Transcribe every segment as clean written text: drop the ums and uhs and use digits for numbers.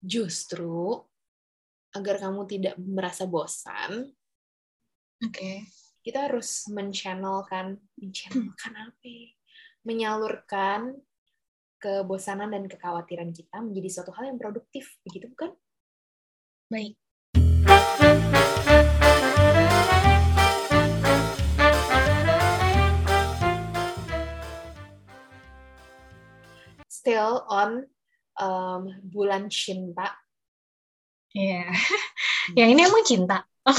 Justru agar kamu tidak merasa bosan, kita harus menyalurkan kebosanan dan kekhawatiran kita menjadi suatu hal yang produktif, begitu bukan? Baik. Still on bulan cinta. Iya. Yang ini emang cinta.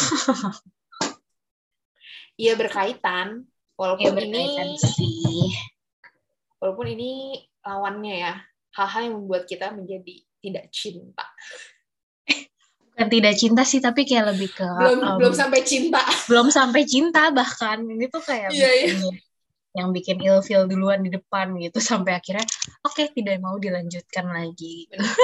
Iya berkaitan, walaupun ini lawannya ya, hal-hal yang membuat kita menjadi tidak cinta. Bukan tidak cinta sih, tapi kayak lebih ke belum sampai cinta. Belum sampai cinta bahkan. Ini tuh kayak yang bikin ilfeel duluan di depan gitu, sampai akhirnya oke, tidak mau dilanjutkan lagi. Benar.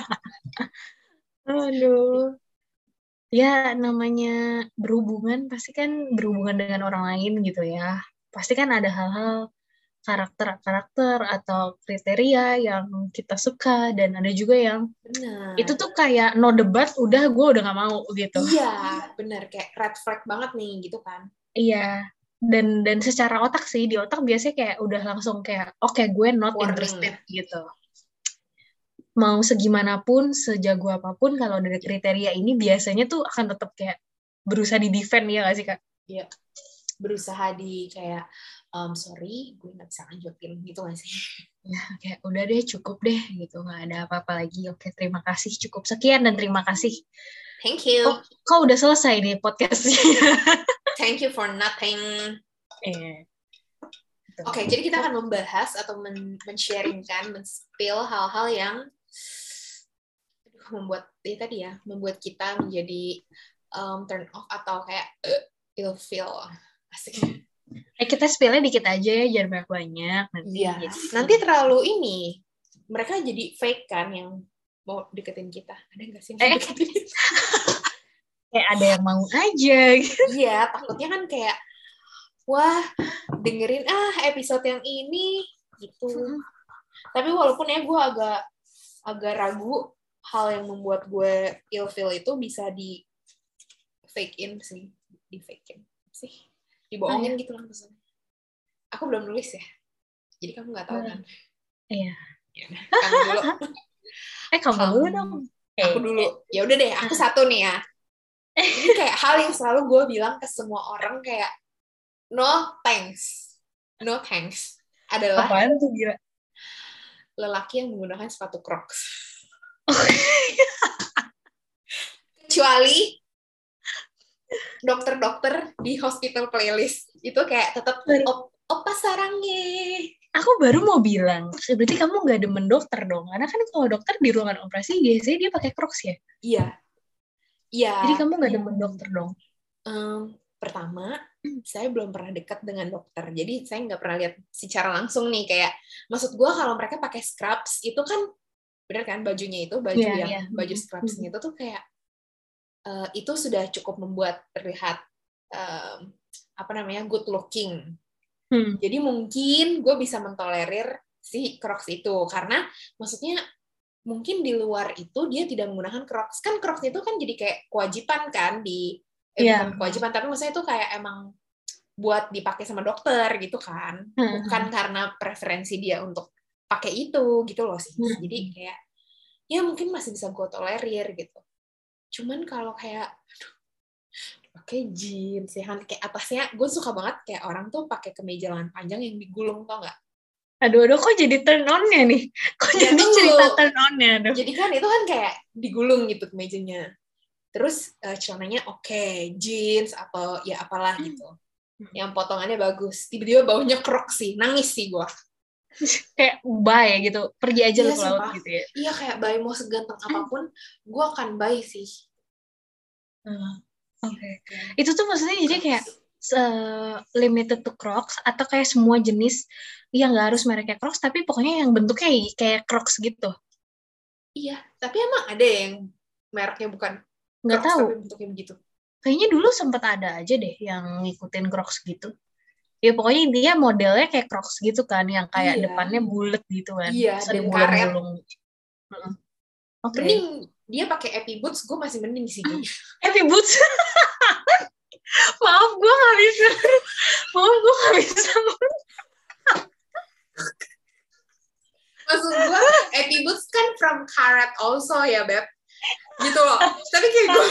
Aduh. Ya namanya berhubungan, pasti kan berhubungan dengan orang lain gitu ya. Pasti kan ada hal-hal karakter atau kriteria yang kita suka, dan ada juga yang itu tuh kayak no debat, gue udah gak mau gitu. Iya, benar, kayak red flag banget nih gitu kan. Iya, dan secara otak sih, di otak biasanya kayak udah langsung kayak oke, gue not interested gitu. Mau segimanapun, sejago apapun, kalau dari kriteria ini biasanya tuh akan tetap kayak berusaha di defend, ya gak sih Kak? Iya, berusaha di kayak sorry, gue gak bisa lanjutin gitu gak sih? Ya, kayak udah deh, cukup deh gitu, gak ada apa-apa lagi. Oke, terima kasih, cukup sekian dan terima kasih. Thank you. Kok udah selesai nih podcastnya? Thank you for nothing. Oke, jadi kita akan membahas atau men-sharingkan, men-spill hal-hal yang membuat kita menjadi turn off atau kayak ilfeel. Asik. Kita spillnya dikit aja ya, jangan banyak. Nanti terlalu ini, mereka jadi fake kan yang mau deketin kita. Ada nggak sih yang deketin? Kayak ada yang mau aja gitu. Iya, takutnya kan kayak wah, dengerin episode yang ini gitu. Tapi walaupun ya gue agak ragu hal yang membuat gue ilfeel itu bisa di fake in sih, dibohongin gitu lah maksudnya. Aku belum nulis ya, jadi kamu nggak tahu kan? Iya. Kamu dulu. Kamu dulu dong. Aku dulu. Ya udah deh, aku satu nih ya. Ini kayak hal yang selalu gue bilang ke semua orang kayak no thanks adalah apaan tuh, gila? Lelaki yang menggunakan sepatu Crocs. Kecuali dokter-dokter di hospital playlist itu kayak tetap opa sarangnya. Aku baru mau bilang, berarti kamu nggak demen dokter dong, karena kan kalau dokter di ruangan operasi biasanya dia pakai Crocs ya. Iya. Jadi kamu nggak demen dokter dong? Pertama, saya belum pernah dekat dengan dokter, jadi saya nggak pernah lihat secara langsung nih kayak, maksud gue kalau mereka pakai scrubs itu kan, bener kan bajunya itu baju scrubsnya itu tuh kayak itu sudah cukup membuat terlihat good looking. Jadi mungkin gue bisa mentolerir si Crocs itu karena maksudnya mungkin di luar itu dia tidak menggunakan Crocs. Kan Crocs itu kan jadi kayak kewajiban kan bukan kewajiban, tapi maksudnya itu kayak emang buat dipakai sama dokter gitu kan. Bukan karena preferensi dia untuk pakai itu gitu loh sih. Jadi kayak ya mungkin masih bisa gue tolerir gitu. Cuman kalau kayak pakai jeans ya kan, kayak atasnya gue suka banget kayak orang tuh pakai kemeja lengan panjang yang digulung, tau nggak? Aduh, kok jadi turn on-nya nih? Kok jadi cerita turn on-nya? Jadi kan itu kan kayak digulung gitu kemejanya. Terus celananya jeans atau ya apalah gitu. Yang potongannya bagus. Tiba-tiba baunya Crocs sih. Nangis sih gue. Kayak bye gitu. Pergi aja lu ke laut gitu ya. Iya, kayak bye, mau seganteng apapun, gue akan bye sih. Oke. Itu tuh maksudnya jadi kayak limited to Crocs atau kayak semua jenis yang nggak harus mereknya Crocs, tapi pokoknya yang bentuknya kayak Crocs gitu. Iya, tapi emang ada yang mereknya bukan nggak Crocs tahu. tapi bentuknya begitu. Kayaknya dulu sempat ada aja deh yang ngikutin Crocs gitu. Ya pokoknya intinya modelnya kayak Crocs gitu kan, yang kayak depannya bulet gitu kan. Iya, dan karet. Oke. Mending dia pakai Epi Boots, gue masih mending sih. Epi Boots. Maaf, gue nggak bisa. Maksud gue, Epi Boots kan from Karat also ya, Beb. Gitu loh. Tapi kayak gue...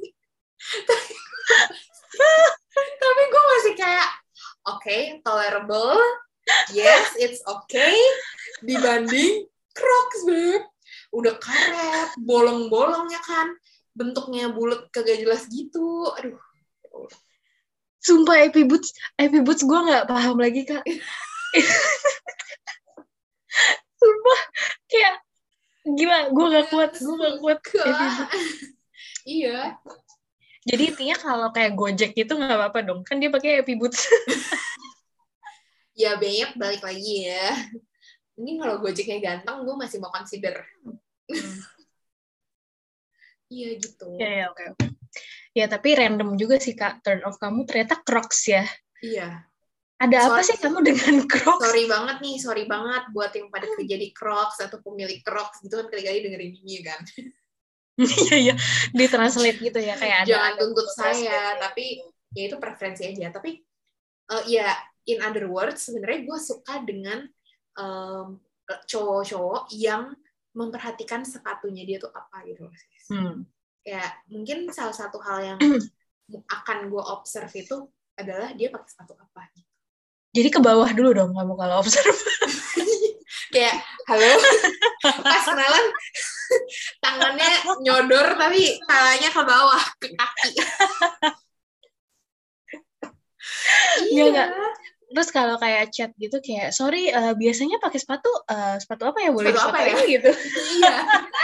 tapi gue masih kayak, okay, tolerable. Yes, it's okay. Dibanding Crocs, Beb. Udah karet, bolong-bolong ya kan. Bentuknya bulat kagak jelas gitu. Aduh. Sumpah Epi Boots gue nggak paham lagi, Kak. Sumpah kayak gila, gue nggak kuat Epi Boots. Iya. Jadi intinya kalau kayak Gojek itu nggak apa-apa dong, kan dia pakai Epi Boots. Ya banyak balik lagi ya. Mungkin kalau Gojeknya ganteng, gue masih mau consider. Iya gitu. Ya, oke. Ya, tapi random juga sih, Kak. Turn off kamu ternyata Crocs ya. Iya. Ada apa sih kamu dengan Crocs? Sorry banget buat yang pada kerja di Crocs atau pemilik Crocs gitu kan kali-kali dengerin ini kan. Iya, ditranslate gitu ya kayak jangan tuntut saya, tapi ya itu preferensi aja. Tapi ya in other words sebenarnya gue suka dengan cowok-cowok yang memperhatikan sepatunya dia tuh apa gitu. Ya mungkin salah satu hal yang akan gue observe itu adalah dia pakai sepatu apa gitu. Jadi ke bawah dulu dong kamu kalau observe. Kayak halo, pas kenalan tangannya nyodor tapi palanya ke bawah ke kaki. Iya. Terus kalau kayak chat gitu kayak sorry biasanya pakai sepatu apa ya, boleh sepatu apa ya gitu. Iya.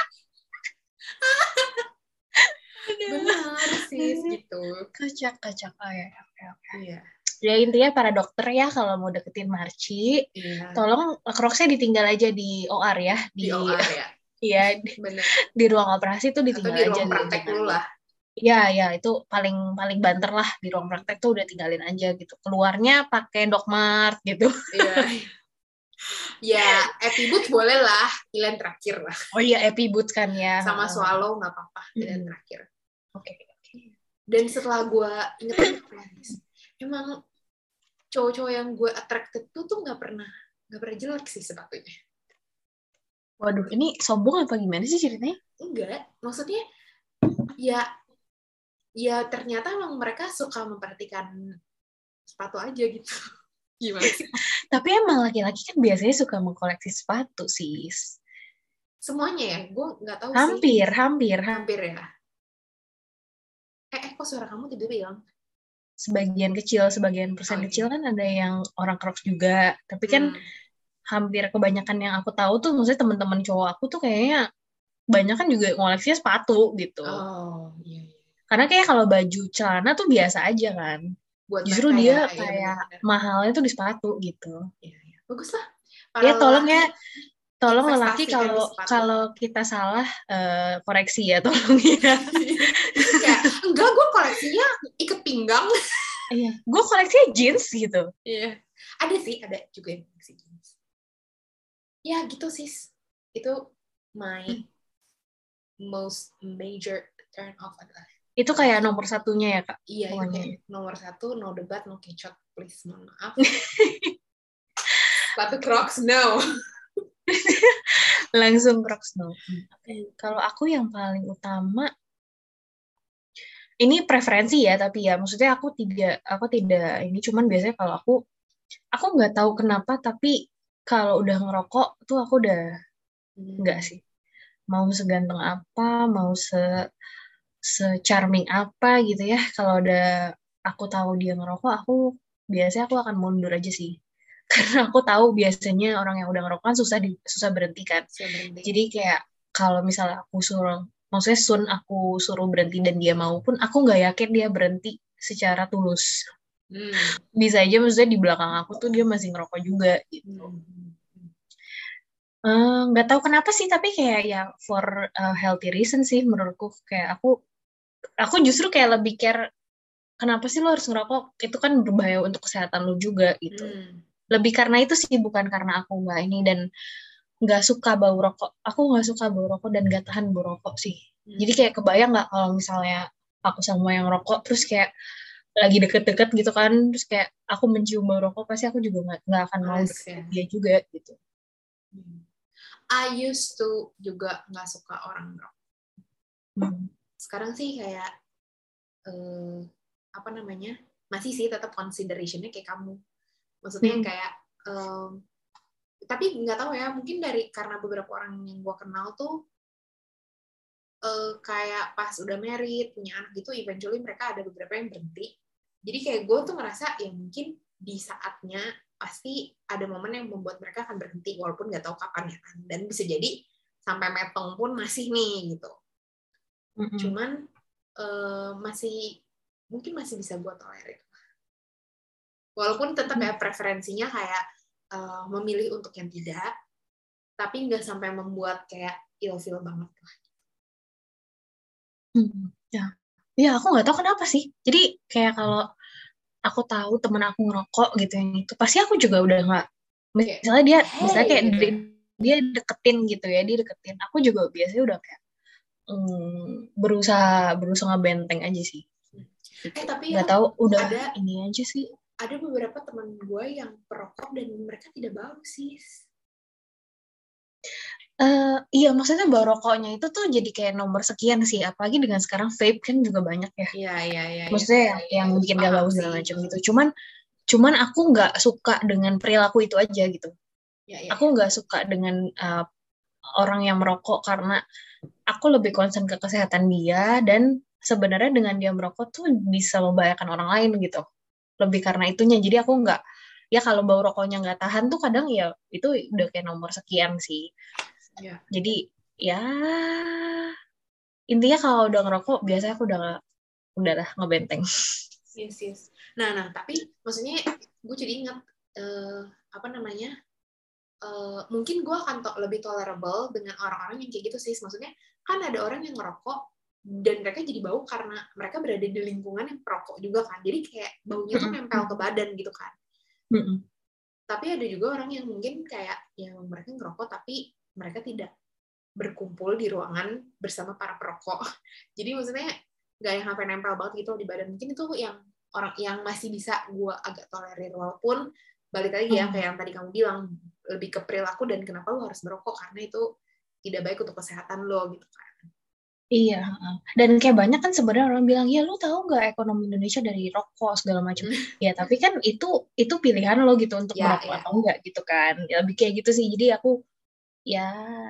Benar sih gitu. Kacak. Oh, ya. Oke. Iya. Ya intinya para dokter ya kalau mau deketin Marci, tolong Crocs-nya ditinggal aja di OR ya. Di OR ya. Iya, di ruang operasi tuh ditinggal aja. Atau di ruang praktek dulu lah. Iya, itu paling banter lah, di ruang praktek tuh udah tinggalin aja gitu. Keluarnya pakai Docmart gitu. Iya. Ya, Epi Boots boleh lah, pilihan terakhir lah. Oh iya, Epi Boots kan ya. Sama Swallow nggak apa-apa, pilihan terakhir. Oke. Dan setelah gue inget emang cowok-cowok yang gue attracted tuh nggak pernah jelek sih sepatunya. Waduh, ini sombong apa gimana sih ceritanya? Enggak, maksudnya ya ternyata emang mereka suka memperhatikan sepatu aja gitu. Gimana sih? Tapi emang laki-laki kan biasanya suka mengkoleksi sepatu, sis. Semuanya ya? Gue nggak tahu sih. Hampir ya. Kok suara kamu tiba-tiba hilang? Sebagian persen kecil kan ada yang orang Crocs juga. Tapi kan hampir kebanyakan yang aku tahu tuh, maksudnya teman-teman cowok aku tuh kayaknya banyak kan juga ngoleksinya sepatu gitu. Oh, iya. Karena kayak kalau baju celana tuh biasa aja kan. Buat justru dia kayak mahalnya tuh di sepatu gitu. Iya. Bagus lah. Ya tolong lelaki kalau kita salah koreksi ya, tolong ya. Kayak enggak, gue koleksinya ikat pinggang. Iya, gue koleksinya jeans gitu. Iya, ada juga yang koleksi jeans. Ya gitu sis, itu my most major turn off adalah. Itu kayak nomor satunya ya kak? Iya, itu nomor satu, no debat, no kecot, please, mohon maaf. Sepatu Crocs, no. Langsung Crocs, no. Kalau aku yang paling utama, ini preferensi ya, tapi ya maksudnya aku tidak ini, cuman biasanya kalau aku nggak tahu kenapa, tapi kalau udah ngerokok tuh aku udah nggak sih. Mau seganteng apa, mau se-charming apa gitu ya, kalau udah aku tahu dia ngerokok, biasanya aku akan mundur aja sih. Karena aku tahu biasanya orang yang udah ngerokok kan susah berhenti kan. Jadi kayak kalau misalnya aku suruh berhenti dan dia mau pun, aku nggak yakin dia berhenti secara tulus. Bisa aja maksudnya di belakang aku tuh dia masih ngerokok juga gitu. Nggak tahu kenapa sih, tapi kayak ya for healthy reason sih menurutku. Kayak aku justru kayak lebih care, kenapa sih lo harus ngerokok? Itu kan berbahaya untuk kesehatan lo juga gitu. Lebih karena itu sih, bukan karena aku nggak ini. Dan nggak suka bau rokok. Aku nggak suka bau rokok dan nggak tahan bau rokok sih. Jadi kayak kebayang nggak kalau misalnya aku sama yang rokok terus kayak lagi deket-deket gitu kan, terus kayak aku mencium bau rokok, pasti aku juga nggak akan mau Males deket ya. dia juga gitu. I used to juga nggak suka orang ngerokok. Sekarang sih kayak apa namanya, masih sih tetap consideration-nya kayak kamu. Maksudnya yang kayak tapi nggak tahu ya, mungkin karena beberapa orang yang gue kenal tuh kayak pas udah married, punya anak gitu, eventually mereka ada beberapa yang berhenti. Jadi kayak gue tuh ngerasa ya mungkin di saatnya pasti ada momen yang membuat mereka akan berhenti, walaupun nggak tahu kapan ya kan. Dan bisa jadi sampai metong pun masih nih gitu. Cuman mungkin masih bisa gue tolerir. Walaupun tetap ya preferensinya kayak memilih untuk yang tidak, tapi nggak sampai membuat kayak ilfeel banget lah. Ya, ya aku nggak tahu kenapa sih. Jadi kayak kalau aku tahu temen aku ngerokok gitu yang itu, pasti aku juga udah nggak. Misalnya dia, misalnya kayak gitu ya. dia deketin gitu ya, dia deketin. Aku juga biasanya udah kayak berusaha ngebenteng aja sih. Tapi nggak ya, tahu udah ada ini aja sih. Ada beberapa teman gue yang perokok dan mereka tidak bau sih. Iya, maksudnya bau rokoknya itu tuh jadi kayak nomor sekian sih. Apalagi dengan sekarang vape kan juga banyak ya. Iya. Maksudnya yang bikin gak bau segala macam gitu. Cuman aku nggak suka dengan perilaku itu aja gitu. Aku nggak suka dengan orang yang merokok karena aku lebih concern ke kesehatan dia, dan sebenarnya dengan dia merokok tuh bisa membahayakan orang lain gitu. Lebih karena itunya. Jadi aku nggak, ya kalau bau rokoknya nggak tahan tuh kadang ya itu udah kayak nomor sekian sih. Jadi ya intinya kalau udah ngerokok biasanya aku udah lah ngebenteng. Yes. Nah, tapi maksudnya gue jadi ingat apa namanya? Mungkin gue akan lebih tolerable dengan orang-orang yang kayak gitu sih. Maksudnya kan ada orang yang ngerokok dan mereka jadi bau karena mereka berada di lingkungan yang perokok juga kan. Jadi kayak baunya tuh nempel ke badan gitu kan. Tapi ada juga orang yang mungkin kayak ya mereka ngerokok tapi mereka tidak berkumpul di ruangan bersama para perokok. Jadi maksudnya nggak yang sampai nempel banget gitu di badan. Mungkin itu yang orang yang masih bisa gue agak tolerir, walaupun balik lagi ya kayak yang tadi kamu bilang, lebih ke perilaku dan kenapa lo harus merokok, karena itu tidak baik untuk kesehatan lo gitu kan. Iya, dan kayak banyak kan sebenarnya orang bilang, ya lu tahu nggak ekonomi Indonesia dari rokok segala macam. Ya tapi kan itu pilihan lo gitu untuk merokok atau enggak gitu kan. Ya, lebih kayak gitu sih. Jadi aku ya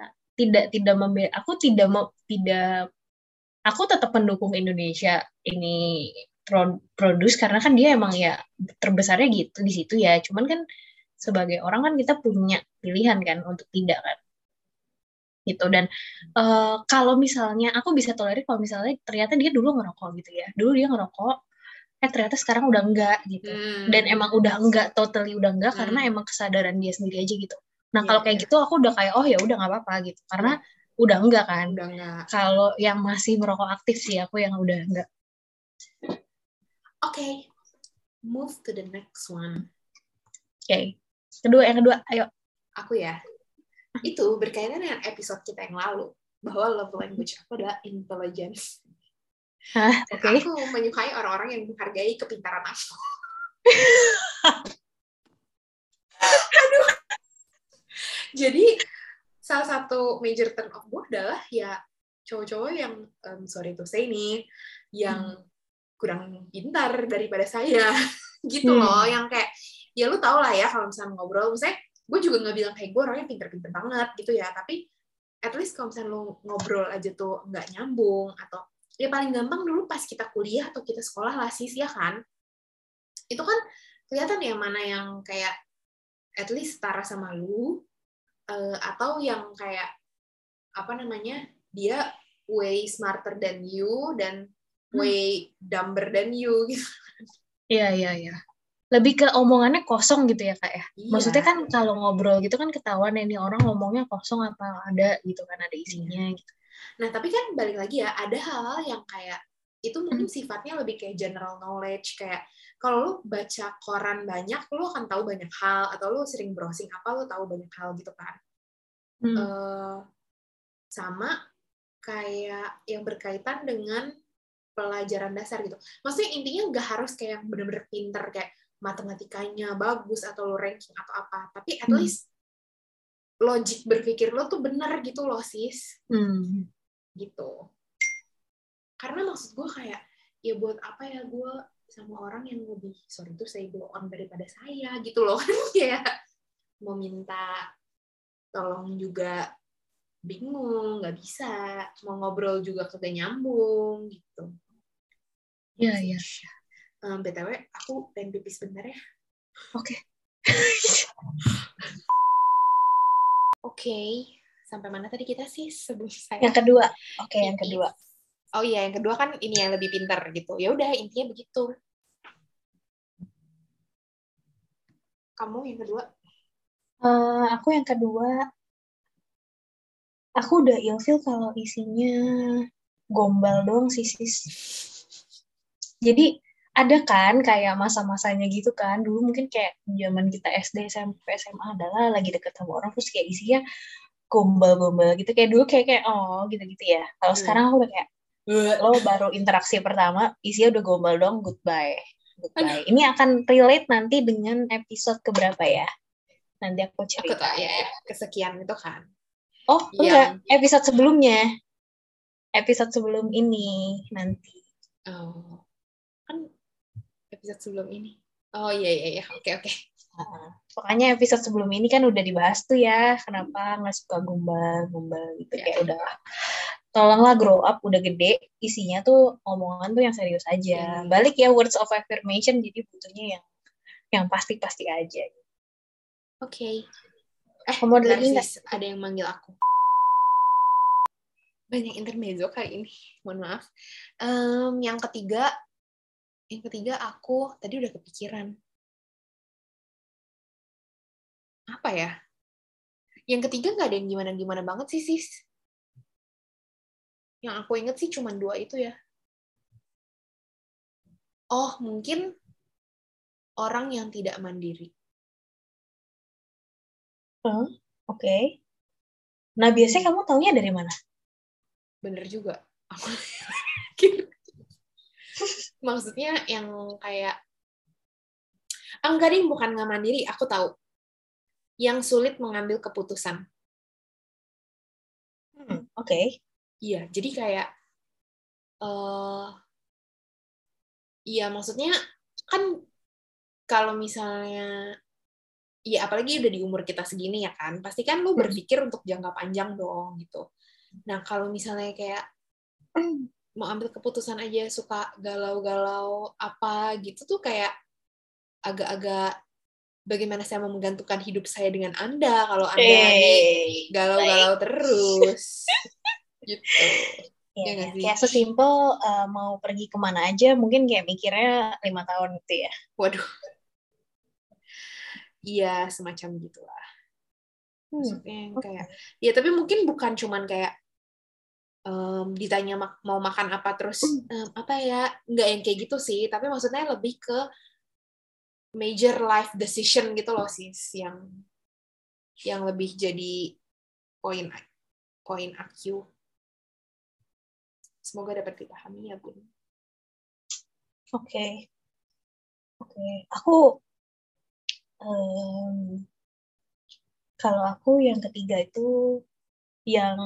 aku tetap mendukung Indonesia ini produce karena kan dia emang ya terbesarnya gitu di situ ya. Cuman kan sebagai orang kan kita punya pilihan kan untuk tidak kan gitu. Dan kalau misalnya aku bisa tolerir kalau misalnya ternyata dia dulu ngerokok gitu ya, dulu dia ngerokok ternyata sekarang udah enggak gitu, dan emang udah enggak, totally udah enggak karena emang kesadaran dia sendiri aja gitu. Nah kalau kayak gitu aku udah kayak oh ya udah nggak apa-apa gitu karena udah enggak kan. Kalau yang masih merokok aktif sih aku yang udah enggak. Okay, move to the next one. Okay. Yang kedua, ayo. Aku ya. Itu berkaitan dengan episode kita yang lalu, bahwa love language aku adalah intelligence. Okay. Aku menyukai orang-orang yang menghargai kepintaran aku. Aduh. Jadi salah satu major turn off gue adalah ya cowok-cowok yang sorry to say nih, yang kurang pintar daripada saya gitu loh, yang kayak ya lu tau lah ya kalau misalnya ngobrol, misalnya gue juga nggak bilang kayak gue orangnya pinter-pinter banget gitu ya, tapi at least kalau misalnya lu ngobrol aja tuh nggak nyambung, atau ya paling gampang dulu pas kita kuliah atau kita sekolah lah sih ya kan, itu kan kelihatan ya mana yang kayak at least setara sama lu, atau yang kayak apa namanya, dia way smarter than you dan way dumber than you gitu. Iya. Lebih ke omongannya kosong gitu ya Kak ya. Iya. Maksudnya kan kalau ngobrol gitu kan ketahuan ini orang ngomongnya kosong apa ada gitu kan, ada isinya gitu. Nah tapi kan balik lagi ya, ada hal-hal yang kayak itu mungkin sifatnya lebih kayak general knowledge, kayak kalau lu baca koran banyak lu akan tahu banyak hal, atau lu sering browsing apa lu tahu banyak hal gitu kan. Sama kayak yang berkaitan dengan pelajaran dasar gitu. Maksudnya intinya nggak harus kayak yang bener-bener pinter kayak matematikanya bagus atau lo ranking atau apa, tapi at least logik berpikir lo tuh bener gitu loh sis. Gitu. Karena maksud gue kayak ya buat apa ya gue sama orang yang lebih sorry tuh saya blow on daripada saya gitu loh. Kayak mau minta tolong juga bingung, nggak bisa, mau ngobrol juga kagak nyambung gitu. Iya. BTW aku pengen pipis bentar ya. Oke. Oke, sampai mana tadi kita sih sebelum saya? Yang kedua. Oke, yang kedua. Oh iya, yang kedua kan ini yang lebih pintar gitu. Ya udah, intinya begitu. Kamu yang kedua? Aku yang kedua, aku udah ilfeel kalau isinya gombal doang sih, sis. Jadi ada kan kayak masa-masanya gitu kan. Dulu mungkin kayak zaman kita SD, SMP, SMA adalah lagi deket sama orang terus kayak isinya gombal-gombal gitu. Kayak dulu kayak oh gitu-gitu ya. Kalau sekarang aku udah kayak lo baru interaksi pertama, isinya udah gombal doang, goodbye. Ini akan relate nanti dengan episode keberapa ya? Nanti aku cerita. Aku ya, kesekian itu kan. Oh, enggak. Episode sebelumnya. Episode sebelum ini nanti. Oh. Kan episode sebelum ini. Oh iya. Oke. Pokoknya episode sebelum ini kan udah dibahas tuh ya. Kenapa nggak suka gombal gitu. Kayak udah tolonglah grow up, udah gede. Isinya tuh omongan tuh yang serius aja. Balik ya words of affirmation. Jadi butuhnya yang pasti-pasti aja. Oke. Kamu ada lagi nggak? Ada yang manggil aku. Banyak intermezzo kali ini. Mohon maaf. Yang ketiga aku tadi udah kepikiran. Apa ya? Yang ketiga nggak ada yang gimana-gimana banget sih, sis. Yang aku inget sih cuma 2 itu ya. Oh, mungkin orang yang tidak mandiri. Oke. Nah, biasanya kamu taunya dari mana? Bener juga. Maksudnya yang kayak enggak deh, bukan nggak mandiri, aku tahu. Yang sulit mengambil keputusan. Oke. Iya, jadi kayak iya maksudnya kan kalau misalnya ya apalagi udah di umur kita segini ya kan, pasti kan lu berpikir untuk jangka panjang dong gitu. Nah, kalau misalnya kayak mau ambil keputusan aja suka galau-galau apa gitu tuh kayak agak-agak bagaimana saya mau menggantungkan hidup saya dengan Anda kalau Anda nih galau-galau terus gitu. Ya, kayak sesimpel mau pergi kemana aja mungkin kayak mikirnya 5 tahun gitu ya. Waduh. Iya, semacam gitulah. Maksudnya yang kayak ya tapi mungkin bukan cuman kayak ditanya mau makan apa terus apa ya, nggak yang kayak gitu sih, tapi maksudnya lebih ke major life decision gitu loh sis, yang lebih jadi poin aku. Semoga dapat dipahami ya Bun. Oke. Aku kalau aku yang ketiga itu yang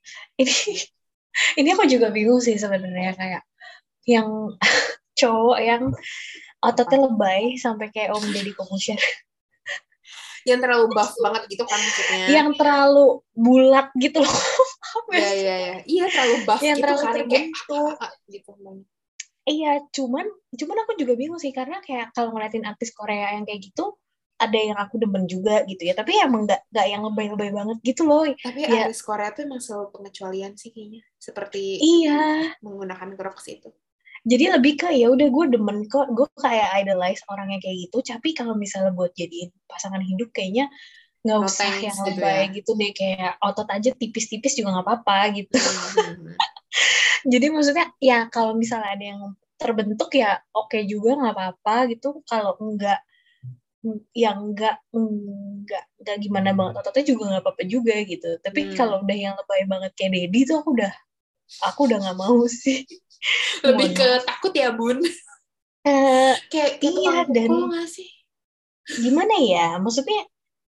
ini aku juga bingung sih sebenarnya, kayak yang cowok yang ototnya lebay sampai kayak Om Deddy Corbuzier. Yang terlalu buff banget gitu kan maksudnya. Yang terlalu bulat gitu loh. Iya terlalu buff yang gitu terlalu kan terbentuk gitu. Iya, cuman aku juga bingung sih karena kayak kalau ngeliatin artis Korea yang kayak gitu ada yang aku demen juga gitu ya, tapi emang nggak yang lebay-lebay banget gitu loh. Tapi ya, artis Korea tuh emang selalu pengecualian sih kayaknya, seperti menggunakan Crocs itu. Jadi lebih ke ya udah gue demen kok, gue kayak idolize orangnya kayak gitu, tapi kalau misalnya buat jadiin pasangan hidup kayaknya nggak usah yang lebay gitu deh, kayak otot aja tipis-tipis juga nggak apa-apa gitu. Jadi maksudnya ya kalau misalnya ada yang terbentuk ya oke juga nggak apa-apa gitu, kalau enggak yang nggak gimana banget ototnya juga nggak apa-apa juga gitu. Tapi kalau udah yang lebay banget kayak Dedi tuh aku udah nggak mau sih. Lebih Mohon ke maaf. takut ya Bun. Kayak Iya, tukang dan pukul nggak sih? gimana ya? Maksudnya,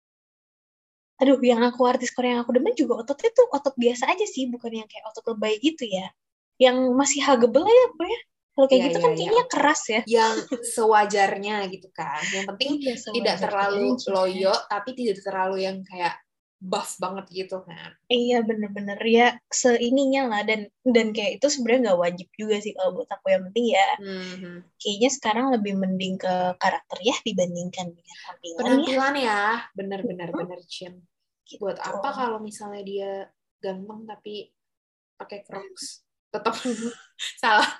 aduh, yang artis Korea yang aku demen juga ototnya tuh otot biasa aja sih, bukan yang kayak otot lebay gitu ya. Yang masih huggable ya, apa ya? Kalau kayak Iya, gitu iya, kan iya, kayaknya oke. keras ya. Yang sewajarnya gitu kan. Yang penting Iya, tidak sewajarnya terlalu aja. loyo, tapi tidak terlalu yang kayak buff banget gitu kan. Iya, bener-bener ya seininya lah, dan kayak itu sebenarnya nggak wajib juga sih kalau buat aku. Yang penting ya Hmm. kayaknya sekarang lebih mending ke karakter ya dibandingkan dengan tampilan ya. Penampilan ya, benar-benar benar Chin. Gitu. Buat apa kalau misalnya dia ganteng tapi pakai Crocs? Tetap Mhm, salah.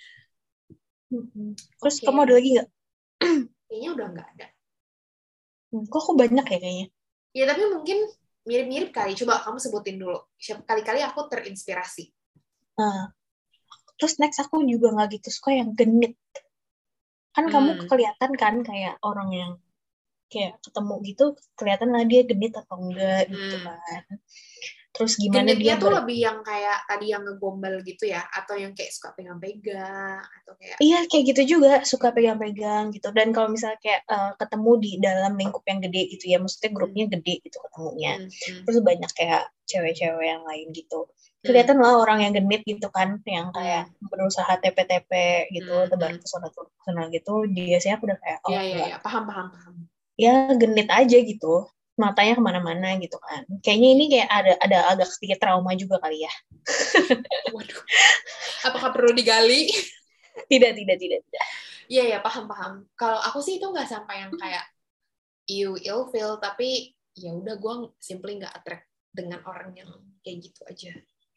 mhm. Terus Oke, kamu ada lagi nggak? kayaknya udah nggak ada. Kok aku banyak ya kayaknya. Ya tapi mungkin mirip-mirip kali. Coba kamu sebutin dulu. Siapa kali-kali aku terinspirasi. Nah, terus next aku juga nggak gitu suka yang genit. Kan kamu Hmm. kelihatan kan kayak orang yang kayak ketemu gitu, kelihatan lah dia genit atau enggak gitu Hmm. kan. Terus gimana dia Genitnya tuh lebih yang kayak tadi yang ngegombal gitu ya, atau yang kayak suka pegang-pegang, atau kayak iya kayak gitu juga suka pegang-pegang gitu. Dan kalau misalnya kayak ketemu di dalam lingkup yang gede gitu ya, maksudnya hmm, grupnya gede gitu ketemunya. hmm, hmm, Terus banyak kayak cewek-cewek yang lain gitu. hmm, Kelihatan lah orang yang genit gitu kan, yang kayak hmm, berusaha TP-TP gitu, hmm, tebar hmm. pesona gitu. Biasanya aku udah kayak, Ya, oh ya, enggak, ya, paham, paham, paham. ya genit aja gitu, matanya kemana-mana gitu kan. Kayaknya ini kayak ada agak sedikit trauma juga kali ya. Waduh, apakah perlu digali? Tidak. Iya, ya, paham, paham. Kalau aku sih itu nggak sampai yang kayak you ilfeel, tapi ya udah gue simply nggak attract dengan orang yang kayak gitu aja.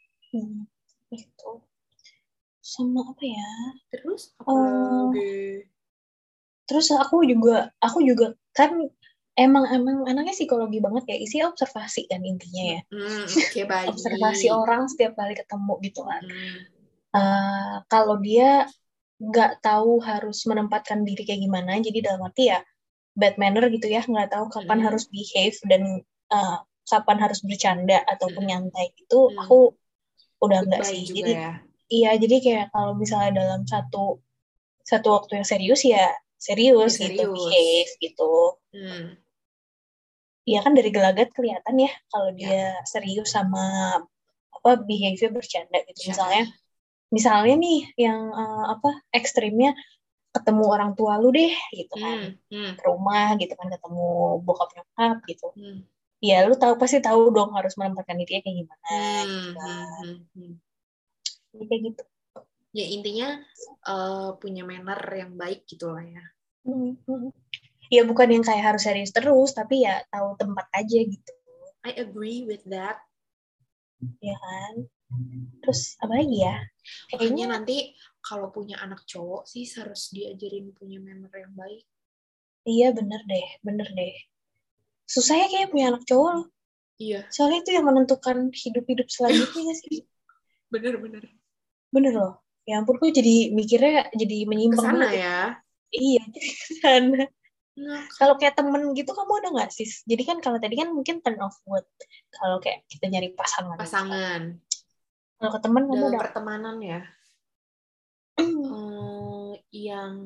Itu sama apa ya? Terus apa Eh, lagi? terus aku juga kan emang anaknya psikologi banget ya, isi observasi kan intinya ya. Oke, Observasi baik. orang setiap kali ketemu gitu kan. Mm, Kalau dia nggak tahu harus menempatkan diri kayak gimana, jadi dalam arti ya bad manner gitu ya, nggak tahu kapan mm, harus behave dan uh, kapan harus bercanda ataupun mm, nyantai itu, aku mm. udah nggak Goodbye sih. juga Jadi ya. iya, jadi kayak kalau misalnya dalam satu satu waktu yang serius ya serius Ya gitu, serius. behave gitu. Hmm, Ya kan dari gelagat kelihatan ya kalau ya, dia serius sama apa behavior bercanda gitu. Syara. Misalnya nih yang apa ekstrimnya, ketemu orang tua lu deh gitu kan, Hmm, hmm, ke rumah gitu kan, ketemu bokap nyokap gitu. hmm, Ya lu pasti tahu dong harus menempatkan dirinya kayak gimana gitu hmm, kan. hmm, hmm, hmm. Jadi kayak gitu. Ya intinya punya manner yang baik gitu lah ya. Hmm. Ya bukan yang kayak harus serius terus, tapi ya tahu tempat aja gitu. I agree with that. Ya kan. Terus apa lagi ya? Makanya Kayaknya nanti kalau punya anak cowok sih harus diajarin punya manner yang baik. iya, bener deh. Susah ya kayak punya anak cowok loh. Iya, Soalnya itu yang menentukan hidup-hidup selanjutnya gak sih? bener-bener. Bener loh. Ya ampun, kok jadi mikirnya jadi menyimpang Kesana banget ya. ya. Iya, jadi kesana. Nah, Kalau kayak temen gitu kamu ada nggak sih? Jadi kan kalau tadi kan mungkin turn off buat kalau kayak kita nyari pasangan misalnya. pasangan Kalau ke temen kamu dalam udah pertemanan ya. Yang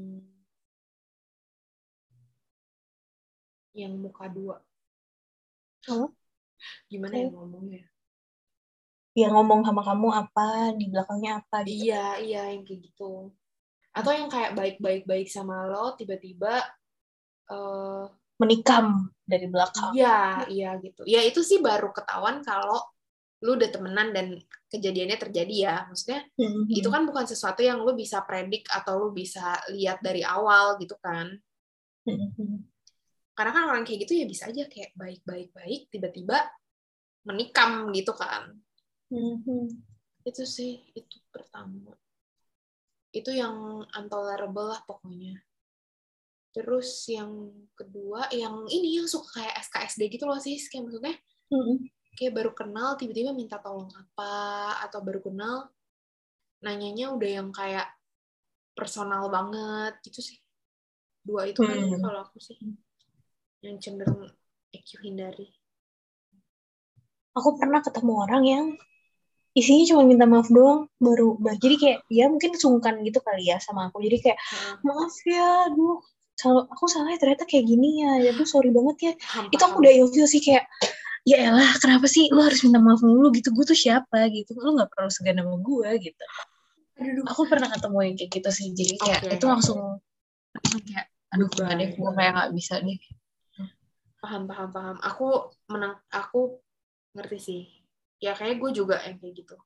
muka dua. oh, Gimana ya kayak ngomongnya? dia ngomong sama kamu apa, di belakangnya apa gitu Iya, kan. iya yang kayak gitu. Atau yang kayak baik-baik sama lo, tiba-tiba eh Menikam dari belakang. iya, iya gitu. Ya itu sih baru ketahuan kalau lu udah temenan dan kejadiannya terjadi ya. Maksudnya itu Mhm. kan bukan sesuatu yang lu bisa predik atau lu bisa lihat dari awal gitu kan. Mhm. Karena kan orang kayak gitu ya bisa aja kayak baik-baik-baik tiba-tiba menikam gitu kan. Mhm. Itu sih, itu pertama. Itu yang intolerable lah pokoknya. Terus yang kedua, yang ini yang suka kayak SKSD gitu loh sih, kayak maksudnya Mhm. kayak baru kenal tiba-tiba minta tolong apa, atau baru kenal nanyanya udah yang kayak personal banget gitu sih. 2 itu kan kalau aku sih yang cenderung EQ hindari. Aku pernah ketemu orang yang isinya cuma minta maaf doang, baru jadi kayak ya mungkin sungkan gitu kali ya sama aku, jadi kayak maaf ya, aduh aku salah ternyata kayak gini ya, aduh sorry banget ya. Itu aku udah ilfil sih, kayak ya elah kenapa sih lu harus minta maaf mulu gitu, gue tuh siapa gitu, lu nggak perlu segan sama gue gitu. Aku pernah ketemu yang kayak gitu sih, jadi kayak itu langsung kayak aduh nggak deh, gue kayak nggak bisa deh. Paham. Aku ngerti sih. Ya kayak gue juga yang kayak gitu.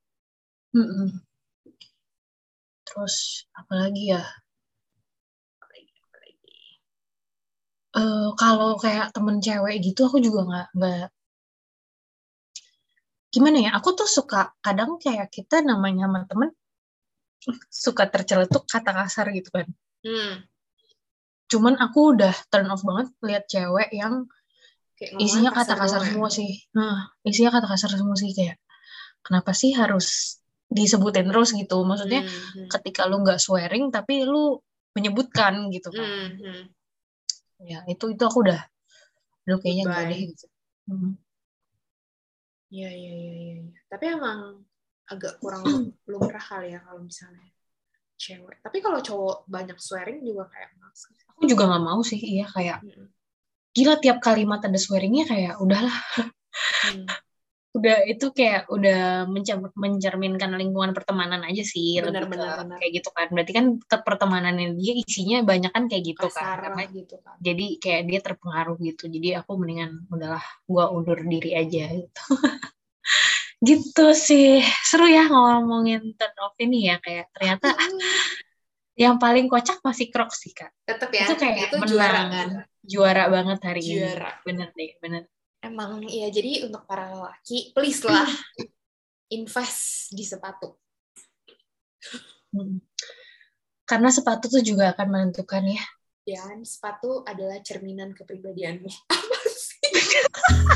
Terus apalagi ya? Kalau kayak temen cewek gitu aku juga nggak gimana ya, aku tuh suka kadang kayak kita namanya sama temen suka terceletuk kata kasar gitu kan. Cuman aku udah turn off banget lihat cewek yang isinya kata kasar semua sih. Nah, isinya kata kasar semua sih, kayak kenapa sih harus disebutin terus gitu? Maksudnya ketika lu nggak swearing tapi lu menyebutkan gitu kan. Ya itu aku udah kayaknya enggak deh gitu. Iya. Tapi emang agak kurang lumrah kali ya kalau misalnya cewek. Tapi kalau cowok banyak swearing juga kayak males. Aku juga nggak mau sih, iya kayak gila tiap kalimat ada swearingnya kayak udahlah. Udah itu kayak udah mencerminkan lingkungan pertemanan aja sih, lebih ke kayak gitu kan. Berarti kan pertemanannya dia isinya banyak kan kayak gitu kasar kan. Karena gitu kan. jadi kayak dia terpengaruh gitu. Jadi aku mendingan udahlah gua undur diri aja gitu. Gitu sih. Seru ya ngomongin turn off ini ya, kayak ternyata yang paling kocak masih Crocs sih Kak. Tetep ya. Itu kayak itu juara banget hari ini. Bener deh, bener. Emang ya, jadi untuk para lelaki please lah invest di sepatu. Karena sepatu tuh juga akan menentukan ya. Dan sepatu adalah cerminan kepribadianmu. Apa sih?